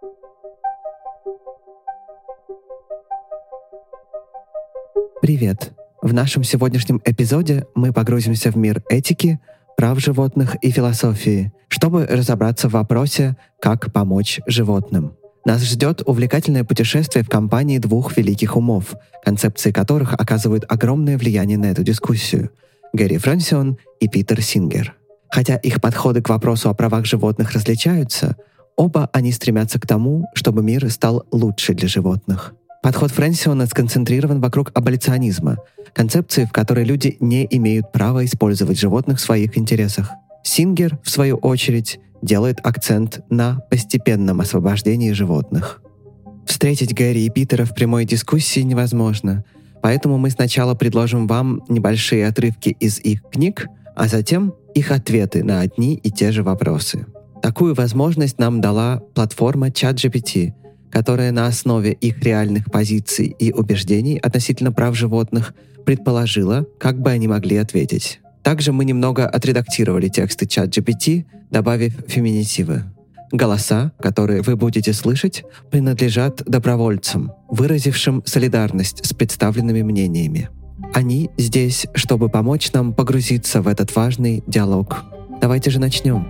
Привет! В нашем сегодняшнем эпизоде мы погрузимся в мир этики, прав животных и философии, чтобы разобраться в вопросе «Как помочь животным?». Нас ждет увлекательное путешествие в компании двух великих умов, концепции которых оказывают огромное влияние на эту дискуссию — Гэри Фрэнсион и Питер Сингер. Хотя их подходы к вопросу о правах животных различаются, оба они стремятся к тому, чтобы мир стал лучше для животных. Подход Фрэнсиона сконцентрирован вокруг аболиционизма, концепции, в которой люди не имеют права использовать животных в своих интересах. Сингер, в свою очередь, делает акцент на постепенном освобождении животных. Встретить Гэри и Питера в прямой дискуссии невозможно, поэтому мы сначала предложим вам небольшие отрывки из их книг, а затем их ответы на одни и те же вопросы. Такую возможность нам дала платформа ChatGPT, которая на основе их реальных позиций и убеждений относительно прав животных предположила, как бы они могли ответить. Также мы немного отредактировали тексты ChatGPT, добавив феминитивы. Голоса, которые вы будете слышать, принадлежат добровольцам, выразившим солидарность с представленными мнениями. Они здесь, чтобы помочь нам погрузиться в этот важный диалог. Давайте же начнем.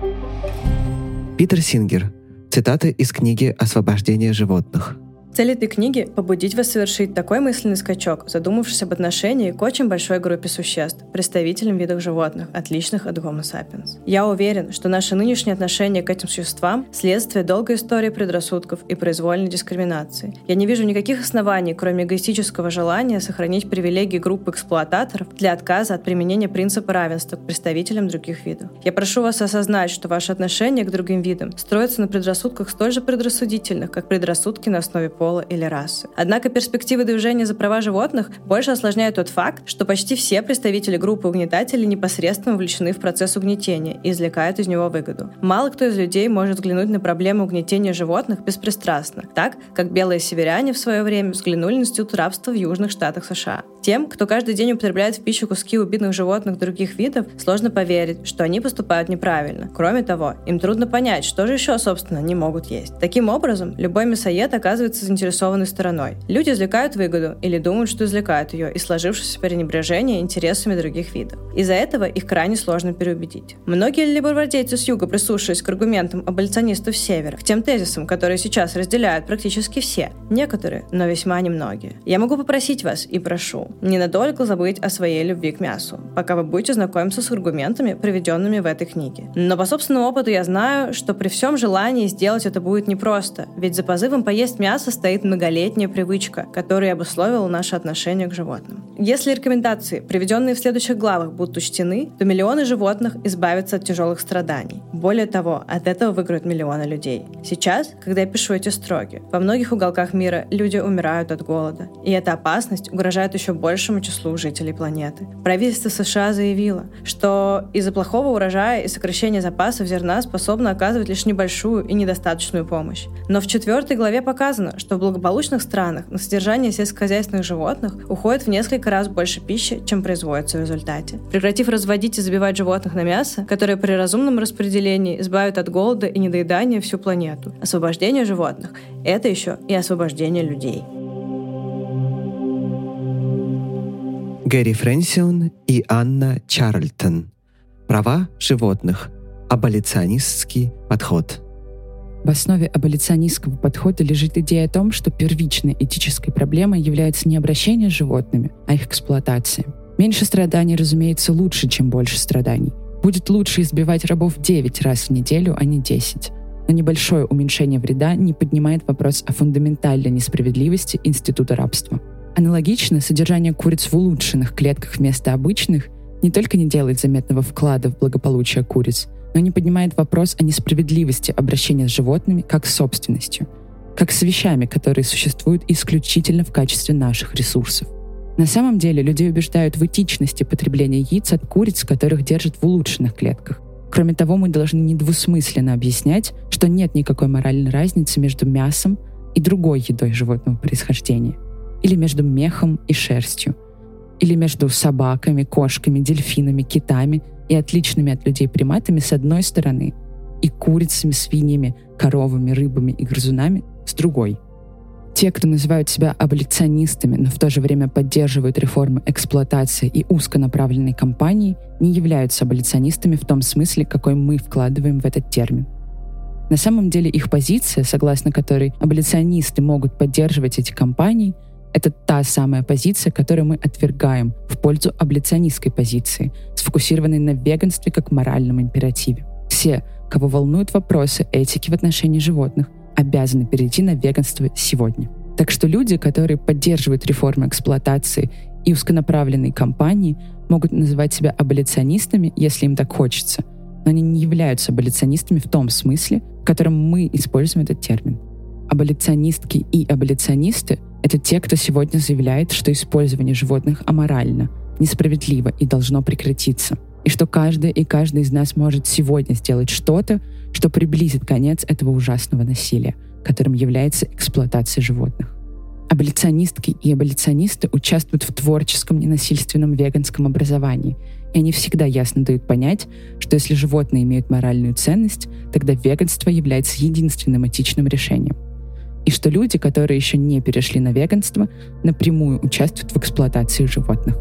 Питер Сингер. Цитаты из книги «Освобождение животных». Цель этой книги — побудить вас совершить такой мысленный скачок, задумавшись об отношении к очень большой группе существ, представителям видов животных, отличных от Homo sapiens. Я уверен, что наше нынешнее отношение к этим существам — следствие долгой истории предрассудков и произвольной дискриминации. Я не вижу никаких оснований, кроме эгоистического желания сохранить привилегии группы эксплуататоров для отказа от применения принципа равенства к представителям других видов. Я прошу вас осознать, что ваше отношение к другим видам строится на предрассудках столь же предрассудительных, как предрассудки на основе пола или расы. Однако перспективы движения за права животных больше осложняют тот факт, что почти все представители группы угнетателей непосредственно вовлечены в процесс угнетения и извлекают из него выгоду. Мало кто из людей может взглянуть на проблему угнетения животных беспристрастно, так, как белые северяне в свое время взглянули на институт рабства в южных штатах США. Тем, кто каждый день употребляет в пищу куски убитых животных других видов, сложно поверить, что они поступают неправильно. Кроме того, им трудно понять, что же еще, собственно, они могут есть. Таким образом, любой мясоед оказывается заинтересованной стороной. Люди извлекают выгоду или думают, что извлекают ее из сложившегося пренебрежения интересами других видов. Из-за этого их крайне сложно переубедить. Многие либервладельцы с юга, прислушиваясь к аргументам аболиционистов с севера, к тем тезисам, которые сейчас разделяют практически все, некоторые, но весьма немногие. Я могу попросить вас и прошу ненадолго забыть о своей любви к мясу, пока вы будете знакомиться с аргументами, приведенными в этой книге. Но по собственному опыту я знаю, что при всем желании сделать это будет непросто, ведь за позывом поесть мясо стоит многолетняя привычка, которая обусловила наше отношение к животным. Если рекомендации, приведенные в следующих главах, будут учтены, то миллионы животных избавятся от тяжелых страданий. Более того, от этого выиграют миллионы людей. Сейчас, когда я пишу эти строки, во многих уголках мира люди умирают от голода, и эта опасность угрожает еще большему числу жителей планеты. Правительство США заявило, что из-за плохого урожая и сокращения запасов зерна способно оказывать лишь небольшую и недостаточную помощь. Но в 4 главе показано, что в благополучных странах на содержание сельскохозяйственных животных уходит в несколько раз больше пищи, чем производится в результате. Прекратив разводить и забивать животных на мясо, которое при разумном распределении избавит от голода и недоедания всю планету, освобождение животных — это еще и освобождение людей. Гэри Фрэнсион и Анна Чарльтон. Права животных. Аболиционистский подход. В основе аболиционистского подхода лежит идея о том, что первичной этической проблемой является не обращение с животными, а их эксплуатация. Меньше страданий, разумеется, лучше, чем больше страданий. Будет лучше избивать рабов 9 раз в неделю, а не 10. Но небольшое уменьшение вреда не поднимает вопрос о фундаментальной несправедливости института рабства. Аналогично, содержание куриц в улучшенных клетках вместо обычных не только не делает заметного вклада в благополучие куриц, но не поднимает вопрос о несправедливости обращения с животными как с собственностью, как с вещами, которые существуют исключительно в качестве наших ресурсов. На самом деле людей убеждают в этичности потребления яиц от куриц, которых держат в улучшенных клетках. Кроме того, мы должны недвусмысленно объяснять, что нет никакой моральной разницы между мясом и другой едой животного происхождения, или между мехом и шерстью, или между собаками, кошками, дельфинами, китами и отличными от людей приматами с одной стороны, и курицами, свиньями, коровами, рыбами и грызунами с другой. Те, кто называют себя аболиционистами, но в то же время поддерживают реформы эксплуатации и узконаправленной кампании, не являются аболиционистами в том смысле, какой мы вкладываем в этот термин. На самом деле их позиция, согласно которой аболиционисты могут поддерживать эти кампании, это та самая позиция, которую мы отвергаем в пользу аболиционистской позиции, сфокусированной на веганстве как моральном императиве. Все, кого волнуют вопросы этики в отношении животных, обязаны перейти на веганство сегодня. Так что люди, которые поддерживают реформы эксплуатации и узконаправленные кампании, могут называть себя аболиционистами, если им так хочется, но они не являются аболиционистами в том смысле, в котором мы используем этот термин. Аболиционистки и аболиционисты — это те, кто сегодня заявляет, что использование животных аморально, несправедливо и должно прекратиться, и что каждый из нас может сегодня сделать что-то, что приблизит конец этого ужасного насилия, которым является эксплуатация животных. Аболиционистки и аболиционисты участвуют в творческом ненасильственном веганском образовании, и они всегда ясно дают понять, что если животные имеют моральную ценность, тогда веганство является единственным этичным решением. И что люди, которые еще не перешли на веганство, напрямую участвуют в эксплуатации животных.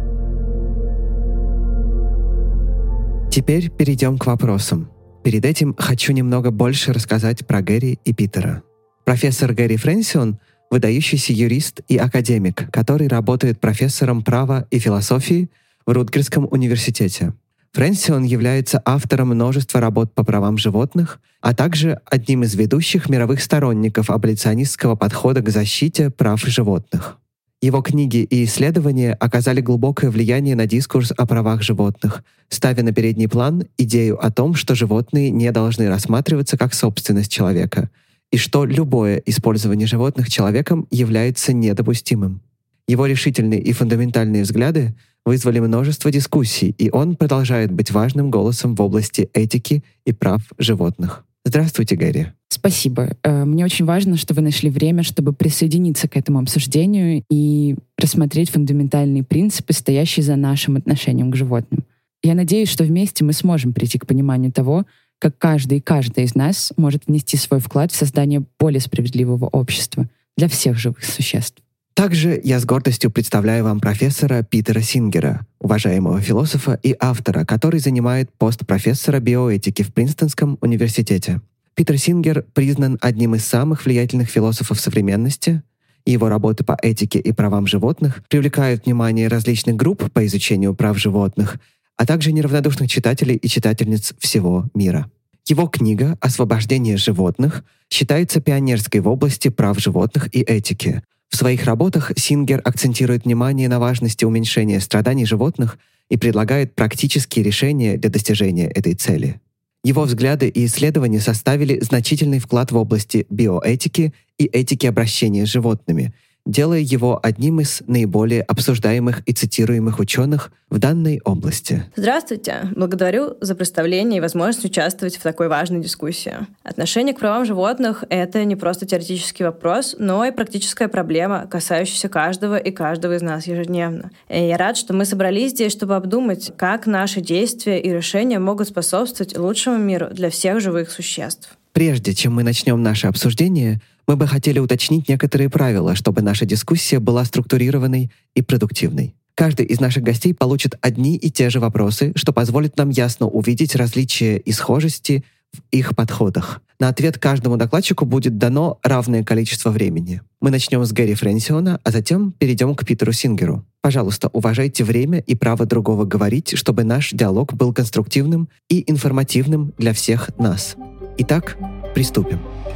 Теперь перейдем к вопросам. Перед этим хочу немного больше рассказать про Гэри и Питера. Профессор Гэри Фрэнсион — выдающийся юрист и академик, который работает профессором права и философии в Рутгерском университете. Фрэнсион является автором множества работ по правам животных, а также одним из ведущих мировых сторонников аболиционистского подхода к защите прав животных. Его книги и исследования оказали глубокое влияние на дискурс о правах животных, ставя на передний план идею о том, что животные не должны рассматриваться как собственность человека, и что любое использование животных человеком является недопустимым. Его решительные и фундаментальные взгляды вызвали множество дискуссий, и он продолжает быть важным голосом в области этики и прав животных. Здравствуйте, Гэри. Спасибо. Мне очень важно, что вы нашли время, чтобы присоединиться к этому обсуждению и рассмотреть фундаментальные принципы, стоящие за нашим отношением к животным. Я надеюсь, что вместе мы сможем прийти к пониманию того, как каждый и каждая из нас может внести свой вклад в создание более справедливого общества для всех живых существ. Также я с гордостью представляю вам профессора Питера Сингера, уважаемого философа и автора, который занимает пост профессора биоэтики в Принстонском университете. Питер Сингер признан одним из самых влиятельных философов современности, и его работы по этике и правам животных привлекают внимание различных групп по изучению прав животных, а также неравнодушных читателей и читательниц всего мира. Его книга «Освобождение животных» считается пионерской в области прав животных и этики. В своих работах Сингер акцентирует внимание на важности уменьшения страданий животных и предлагает практические решения для достижения этой цели. Его взгляды и исследования составили значительный вклад в области биоэтики и этики обращения с животными, делая его одним из наиболее обсуждаемых и цитируемых ученых в данной области. Здравствуйте! Благодарю за представление и возможность участвовать в такой важной дискуссии. Отношение к правам животных — это не просто теоретический вопрос, но и практическая проблема, касающаяся каждого и каждого из нас ежедневно. И я рад, что мы собрались здесь, чтобы обдумать, как наши действия и решения могут способствовать лучшему миру для всех живых существ. Прежде чем мы начнем наше обсуждение, мы бы хотели уточнить некоторые правила, чтобы наша дискуссия была структурированной и продуктивной. Каждый из наших гостей получит одни и те же вопросы, что позволит нам ясно увидеть различия и схожести в их подходах. На ответ каждому докладчику будет дано равное количество времени. Мы начнем с Гэри Фрэнсиона, а затем перейдем к Питеру Сингеру. Пожалуйста, уважайте время и право другого говорить, чтобы наш диалог был конструктивным и информативным для всех нас. Итак, приступим.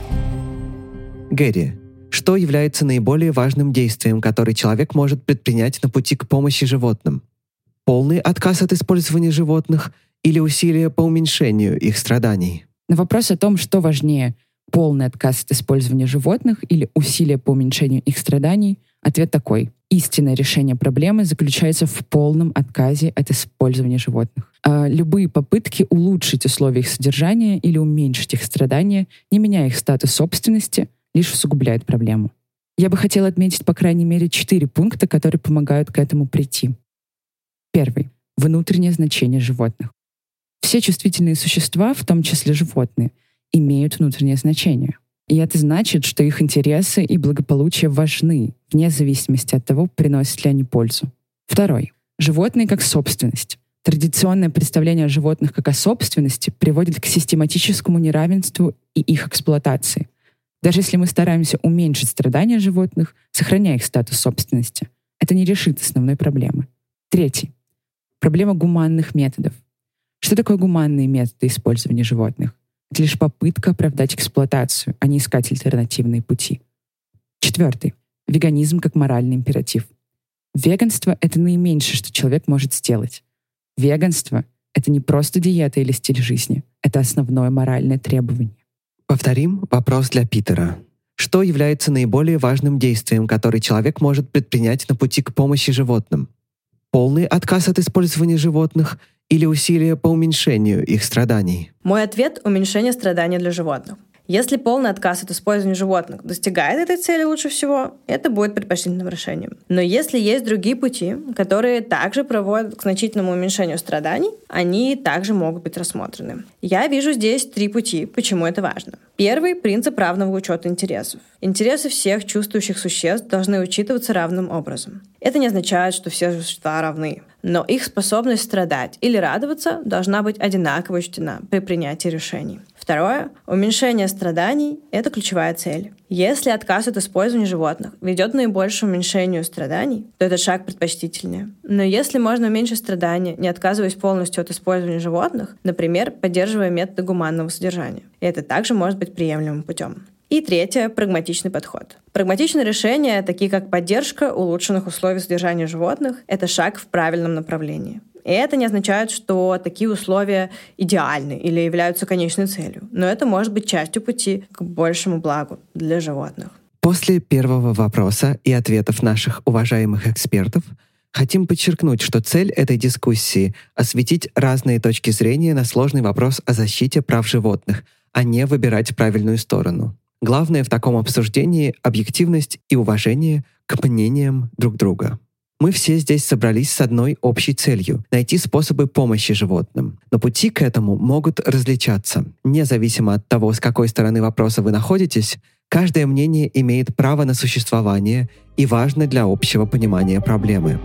Гэри, что является наиболее важным действием, которое человек может предпринять на пути к помощи животным? Полный отказ от использования животных или усилия по уменьшению их страданий? На вопрос о том, что важнее — полный отказ от использования животных или усилия по уменьшению их страданий, ответ такой. Истинное решение проблемы заключается в полном отказе от использования животных. А любые попытки улучшить условия их содержания или уменьшить их страдания, не меняя их статус собственности, лишь усугубляют проблему. Я бы хотела отметить по крайней мере 4 пункта, которые помогают к этому прийти. Первый. Внутреннее значение животных. Все чувствительные существа, в том числе животные, имеют внутреннее значение. И это значит, что их интересы и благополучие важны, вне зависимости от того, приносят ли они пользу. Второй. Животные как собственность. Традиционное представление о животных как о собственности приводит к систематическому неравенству и их эксплуатации. Даже если мы стараемся уменьшить страдания животных, сохраняя их статус собственности, это не решит основной проблемы. Третий. Проблема гуманных методов. Что такое гуманные методы использования животных? Это лишь попытка оправдать эксплуатацию, а не искать альтернативные пути. Четвертый. Веганизм как моральный императив. Веганство — это наименьшее, что человек может сделать. Веганство — это не просто диета или стиль жизни, это основное моральное требование. Повторим вопрос для Питера. Что является наиболее важным действием, которое человек может предпринять на пути к помощи животным? Полный отказ от использования животных или усилия по уменьшению их страданий? Мой ответ — уменьшение страданий для животных. Если полный отказ от использования животных достигает этой цели лучше всего, это будет предпочтительным решением. Но если есть другие пути, которые также приводят к значительному уменьшению страданий, они также могут быть рассмотрены. Я вижу здесь 3 пути, почему это важно. Первый — принцип равного учета интересов. Интересы всех чувствующих существ должны учитываться равным образом. Это не означает, что все существа равны, но их способность страдать или радоваться должна быть одинаково учтена при принятии решений. Второе. Уменьшение страданий — это ключевая цель. Если отказ от использования животных ведет к наибольшему уменьшению страданий, то этот шаг предпочтительнее. Но если можно уменьшить страдания, не отказываясь полностью от использования животных, например, поддерживая методы гуманного содержания, это также может быть приемлемым путем. И третье — прагматичный подход. Прагматичные решения, такие как поддержка улучшенных условий содержания животных, это шаг в правильном направлении. И это не означает, что такие условия идеальны или являются конечной целью, но это может быть частью пути к большему благу для животных. После первого вопроса и ответов наших уважаемых экспертов хотим подчеркнуть, что цель этой дискуссии — осветить разные точки зрения на сложный вопрос о защите прав животных, а не выбирать правильную сторону. Главное в таком обсуждении — объективность и уважение к мнениям друг друга. Мы все здесь собрались с одной общей целью — найти способы помощи животным. Но пути к этому могут различаться. Независимо от того, с какой стороны вопроса вы находитесь, каждое мнение имеет право на существование и важно для общего понимания проблемы.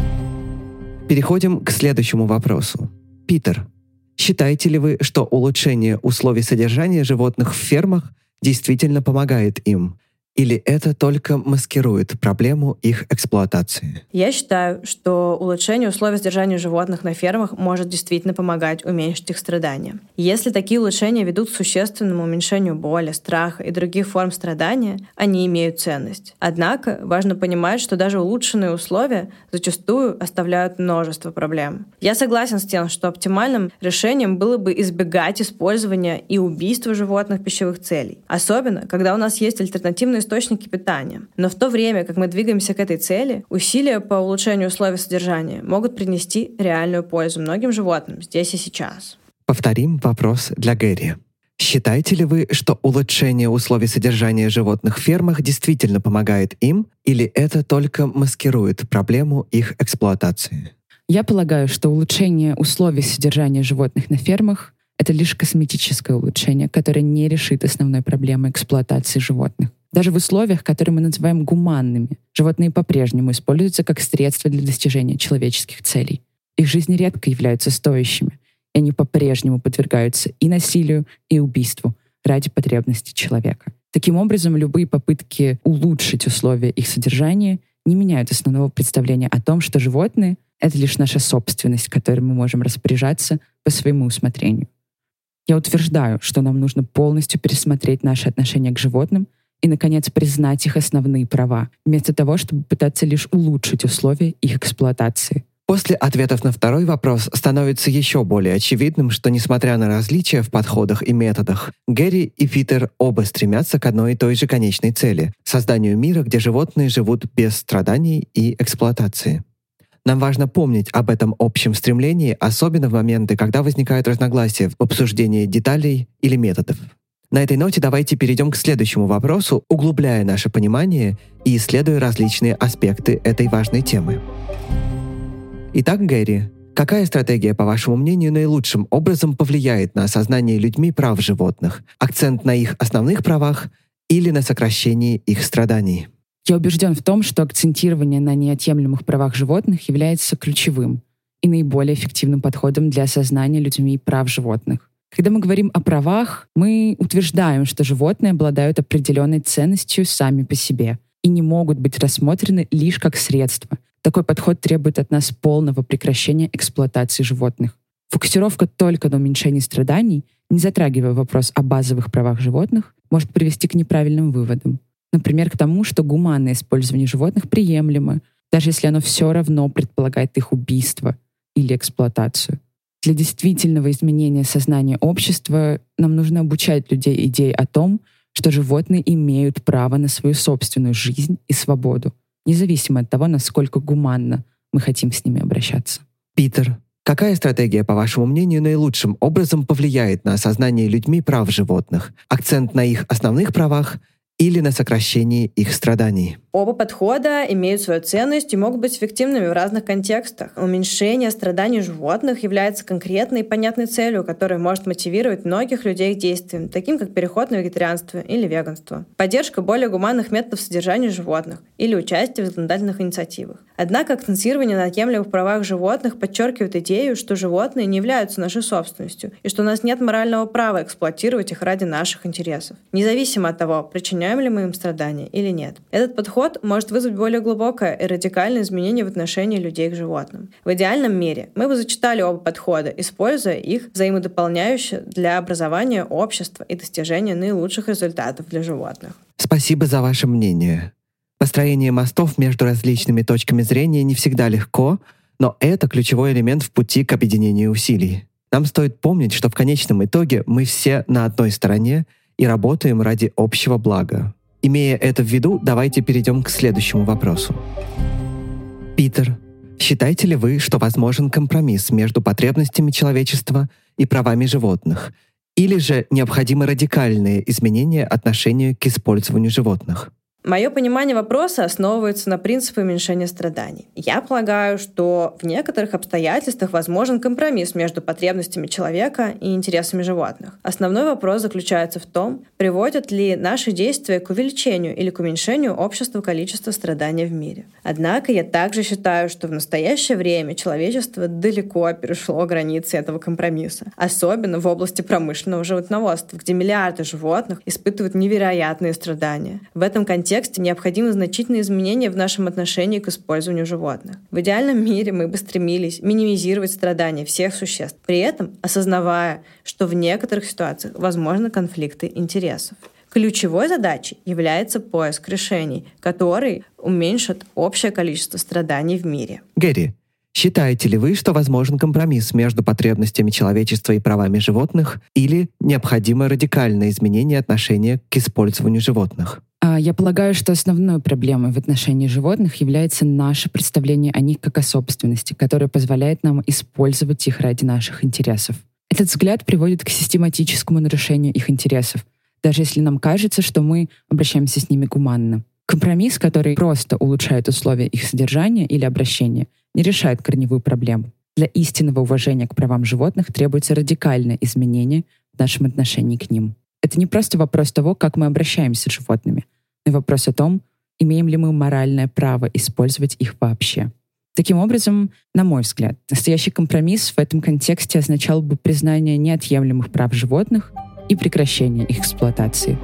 Переходим к следующему вопросу. Питер, считаете ли вы, что улучшение условий содержания животных в фермах действительно помогает им? Или это только маскирует проблему их эксплуатации? Я считаю, что улучшение условий содержания животных на фермах может действительно помогать уменьшить их страдания. Если такие улучшения ведут к существенному уменьшению боли, страха и других форм страдания, они имеют ценность. Однако важно понимать, что даже улучшенные условия зачастую оставляют множество проблем. Я согласен с тем, что оптимальным решением было бы избегать использования и убийства животных пищевых целей. Особенно, когда у нас есть альтернативные источники питания. Но в то время, как мы двигаемся к этой цели, усилия по улучшению условий содержания могут принести реальную пользу многим животным здесь и сейчас. Повторим вопрос для Гэри. Считаете ли вы, что улучшение условий содержания животных в фермах действительно помогает им, или это только маскирует проблему их эксплуатации? Я полагаю, что улучшение условий содержания животных на фермах — это лишь косметическое улучшение, которое не решит основной проблемы эксплуатации животных. Даже в условиях, которые мы называем гуманными, животные по-прежнему используются как средство для достижения человеческих целей. Их жизни редко являются стоящими, и они по-прежнему подвергаются и насилию, и убийству ради потребностей человека. Таким образом, любые попытки улучшить условия их содержания не меняют основного представления о том, что животные — это лишь наша собственность, которой мы можем распоряжаться по своему усмотрению. Я утверждаю, что нам нужно полностью пересмотреть наши отношения к животным и, наконец, признать их основные права, вместо того, чтобы пытаться лишь улучшить условия их эксплуатации. После ответов на второй вопрос становится еще более очевидным, что, несмотря на различия в подходах и методах, Гэри и Питер оба стремятся к одной и той же конечной цели — созданию мира, где животные живут без страданий и эксплуатации. Нам важно помнить об этом общем стремлении, особенно в моменты, когда возникают разногласия в обсуждении деталей или методов. На этой ноте давайте перейдем к следующему вопросу, углубляя наше понимание и исследуя различные аспекты этой важной темы. Итак, Гэри, Какая стратегия, по вашему мнению, наилучшим образом повлияет на осознание людьми прав животных? Акцент на их основных правах или на сокращении их страданий? Я убежден в том, что акцентирование на неотъемлемых правах животных является ключевым и наиболее эффективным подходом для осознания людьми прав животных. Когда мы говорим о правах, мы утверждаем, что животные обладают определенной ценностью сами по себе и не могут быть рассмотрены лишь как средство. Такой подход требует от нас полного прекращения эксплуатации животных. Фокусировка только на уменьшении страданий, не затрагивая вопрос о базовых правах животных, может привести к неправильным выводам. Например, к тому, что гуманное использование животных приемлемо, даже если оно все равно предполагает их убийство или эксплуатацию. Для действительного изменения сознания общества нам нужно обучать людей идее о том, что животные имеют право на свою собственную жизнь и свободу, независимо от того, насколько гуманно мы хотим с ними обращаться. Питер, какая стратегия, по вашему мнению, наилучшим образом повлияет на осознание людьми прав животных? Акцент на их основных правах или на сокращении их страданий? Оба подхода имеют свою ценность и могут быть эффективными в разных контекстах. Уменьшение страданий животных является конкретной и понятной целью, которая может мотивировать многих людей к действиям, таким как переход на вегетарианство или веганство, поддержка более гуманных методов содержания животных или участие в законодательных инициативах. Однако акцентирование на отъемлемых правах животных подчеркивает идею, что животные не являются нашей собственностью и что у нас нет морального права эксплуатировать их ради наших интересов, независимо от того, причиняем ли мы им страдания или нет. Этот подход может вызвать более глубокое и радикальное изменение в отношении людей к животным. В идеальном мире мы бы сочетали оба подхода, используя их взаимодополняюще для образования общества и достижения наилучших результатов для животных. Спасибо за ваше мнение. Построение мостов между различными точками зрения не всегда легко, но это ключевой элемент в пути к объединению усилий. Нам стоит помнить, что в конечном итоге мы все на одной стороне и работаем ради общего блага. Имея это в виду, давайте перейдем к следующему вопросу. Питер, считаете ли вы, что возможен компромисс между потребностями человечества и правами животных? Или же необходимы радикальные изменения отношения к использованию животных? Мое понимание вопроса основывается на принципе уменьшения страданий. Я полагаю, что в некоторых обстоятельствах возможен компромисс между потребностями человека и интересами животных. Основной вопрос заключается в том, приводят ли наши действия к увеличению или к уменьшению общего количества страданий в мире. Однако я также считаю, что в настоящее время человечество далеко перешло границы этого компромисса, особенно в области промышленного животноводства, где миллиарды животных испытывают невероятные страдания. В этом контексте необходимы значительные изменения в нашем отношении к использованию животных. В идеальном мире мы бы стремились минимизировать страдания всех существ, при этом осознавая, что в некоторых ситуациях возможны конфликты интересов. Ключевой задачей является поиск решений, которые уменьшат общее количество страданий в мире. Гэри, считаете ли вы, что возможен компромисс между потребностями человечества и правами животных, или необходимо радикальное изменение отношения к использованию животных? Я полагаю, что основной проблемой в отношении животных является наше представление о них как о собственности, которое позволяет нам использовать их ради наших интересов. Этот взгляд приводит к систематическому нарушению их интересов, даже если нам кажется, что мы обращаемся с ними гуманно. Компромисс, который просто улучшает условия их содержания или обращения, не решает корневую проблему. Для истинного уважения к правам животных требуется радикальное изменение в нашем отношении к ним. Это не просто вопрос того, как мы обращаемся с животными, но и вопрос о том, имеем ли мы моральное право использовать их вообще. Таким образом, на мой взгляд, настоящий компромисс в этом контексте означал бы признание неотъемлемых прав животных и прекращение их эксплуатации.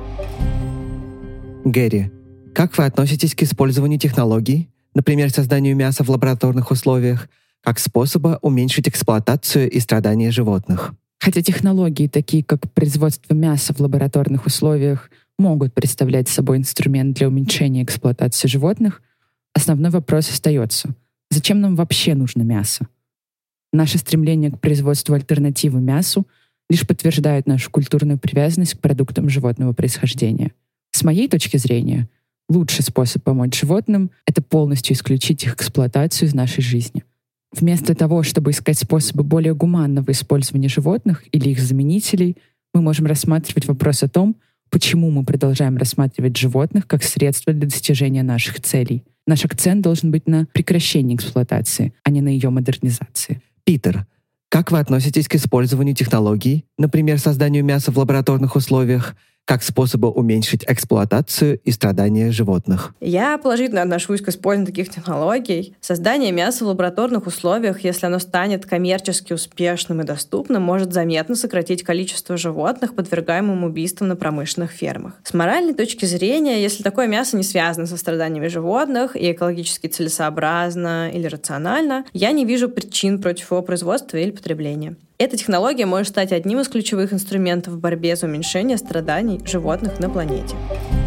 Гэри, как вы относитесь к использованию технологий, например, созданию мяса в лабораторных условиях, как способа уменьшить эксплуатацию и страдания животных? Хотя технологии, такие как производство мяса в лабораторных условиях, могут представлять собой инструмент для уменьшения эксплуатации животных, основной вопрос остается: зачем нам вообще нужно мясо? Наше стремление к производству альтернативы мясу лишь подтверждает нашу культурную привязанность к продуктам животного происхождения. С моей точки зрения, лучший способ помочь животным — это полностью исключить их эксплуатацию из нашей жизни. Вместо того, чтобы искать способы более гуманного использования животных или их заменителей, мы можем рассматривать вопрос о том, почему мы продолжаем рассматривать животных как средство для достижения наших целей. Наш акцент должен быть на прекращении эксплуатации, а не на ее модернизации. Питер, как вы относитесь к использованию технологий, например, созданию мяса в лабораторных условиях, как способа уменьшить эксплуатацию и страдания животных? Я положительно отношусь к использованию таких технологий. Создание мяса в лабораторных условиях, если оно станет коммерчески успешным и доступным, может заметно сократить количество животных, подвергаемым убийствам на промышленных фермах. С моральной точки зрения, если такое мясо не связано со страданиями животных и экологически целесообразно или рационально, я не вижу причин против его производства или потребления. Эта технология может стать одним из ключевых инструментов в борьбе за уменьшение страданий животных на планете.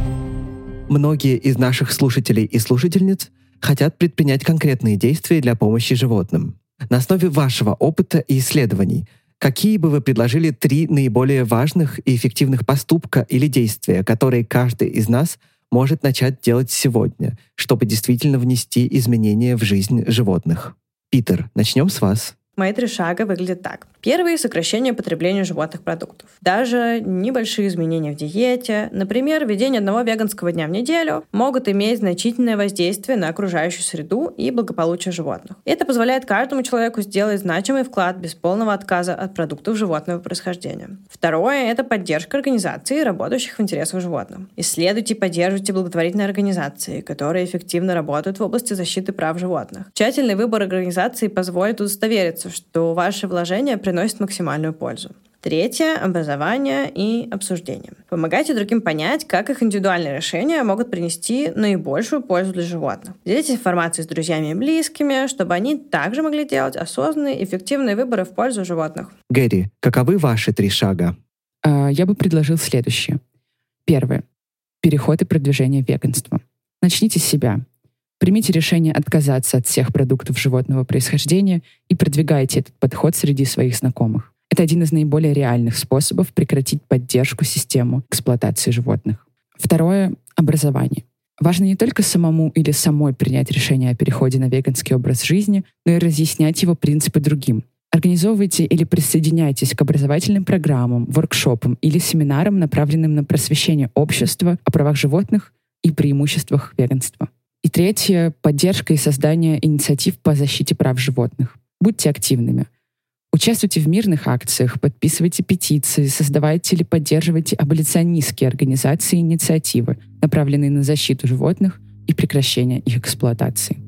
Многие из наших слушателей и слушательниц хотят предпринять конкретные действия для помощи животным. На основе вашего опыта и исследований, какие бы вы предложили 3 наиболее важных и эффективных поступка или действия, которые каждый из нас может начать делать сегодня, чтобы действительно внести изменения в жизнь животных? Питер, начнем с вас. Мои 3 шага выглядят так. Первый — сокращение потребления животных продуктов. Даже небольшие изменения в диете, например, введение 1 веганского дня в неделю, могут иметь значительное воздействие на окружающую среду и благополучие животных. Это позволяет каждому человеку сделать значимый вклад без полного отказа от продуктов животного происхождения. Второе — это поддержка организаций, работающих в интересах животных. Исследуйте и поддерживайте благотворительные организации, которые эффективно работают в области защиты прав животных. Тщательный выбор организаций позволит удостовериться, что ваши вложения приносят максимальную пользу. Третье — образование и обсуждение. Помогайте другим понять, как их индивидуальные решения могут принести наибольшую пользу для животных. Делитесь информацией с друзьями и близкими, чтобы они также могли делать осознанные, эффективные выборы в пользу животных. Гэри, каковы ваши 3 шага? Я бы предложил следующее. Первое. Переход и продвижение веганства. Начните с себя. Примите решение отказаться от всех продуктов животного происхождения и продвигайте этот подход среди своих знакомых. Это один из наиболее реальных способов прекратить поддержку системы эксплуатации животных. Второе — образование. Важно не только самому или самой принять решение о переходе на веганский образ жизни, но и разъяснять его принципы другим. Организовывайте или присоединяйтесь к образовательным программам, воркшопам или семинарам, направленным на просвещение общества о правах животных и преимуществах веганства. И третье — поддержка и создание инициатив по защите прав животных. Будьте активными. Участвуйте в мирных акциях, подписывайте петиции, создавайте или поддерживайте аболиционистские организации и инициативы, направленные на защиту животных и прекращение их эксплуатации.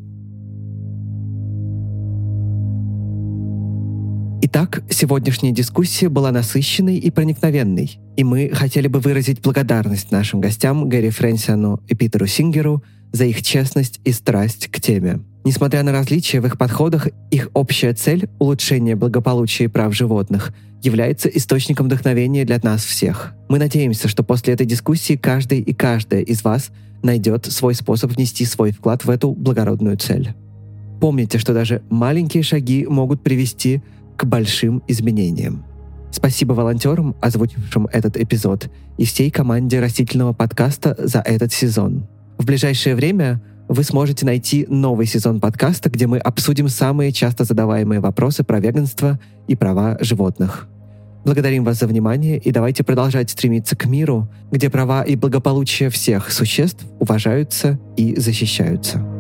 Итак, сегодняшняя дискуссия была насыщенной и проникновенной, и мы хотели бы выразить благодарность нашим гостям Гэри Фрэнсиану и Питеру Сингеру за их честность и страсть к теме. Несмотря на различия в их подходах, их общая цель — улучшение благополучия и прав животных — является источником вдохновения для нас всех. Мы надеемся, что после этой дискуссии каждый и каждая из вас найдет свой способ внести свой вклад в эту благородную цель. Помните, что даже маленькие шаги могут привести к большим изменениям. Спасибо волонтерам, озвучившим этот эпизод, и всей команде растительного подкаста за этот сезон. В ближайшее время вы сможете найти новый сезон подкаста, где мы обсудим самые часто задаваемые вопросы про веганство и права животных. Благодарим вас за внимание и давайте продолжать стремиться к миру, где права и благополучие всех существ уважаются и защищаются.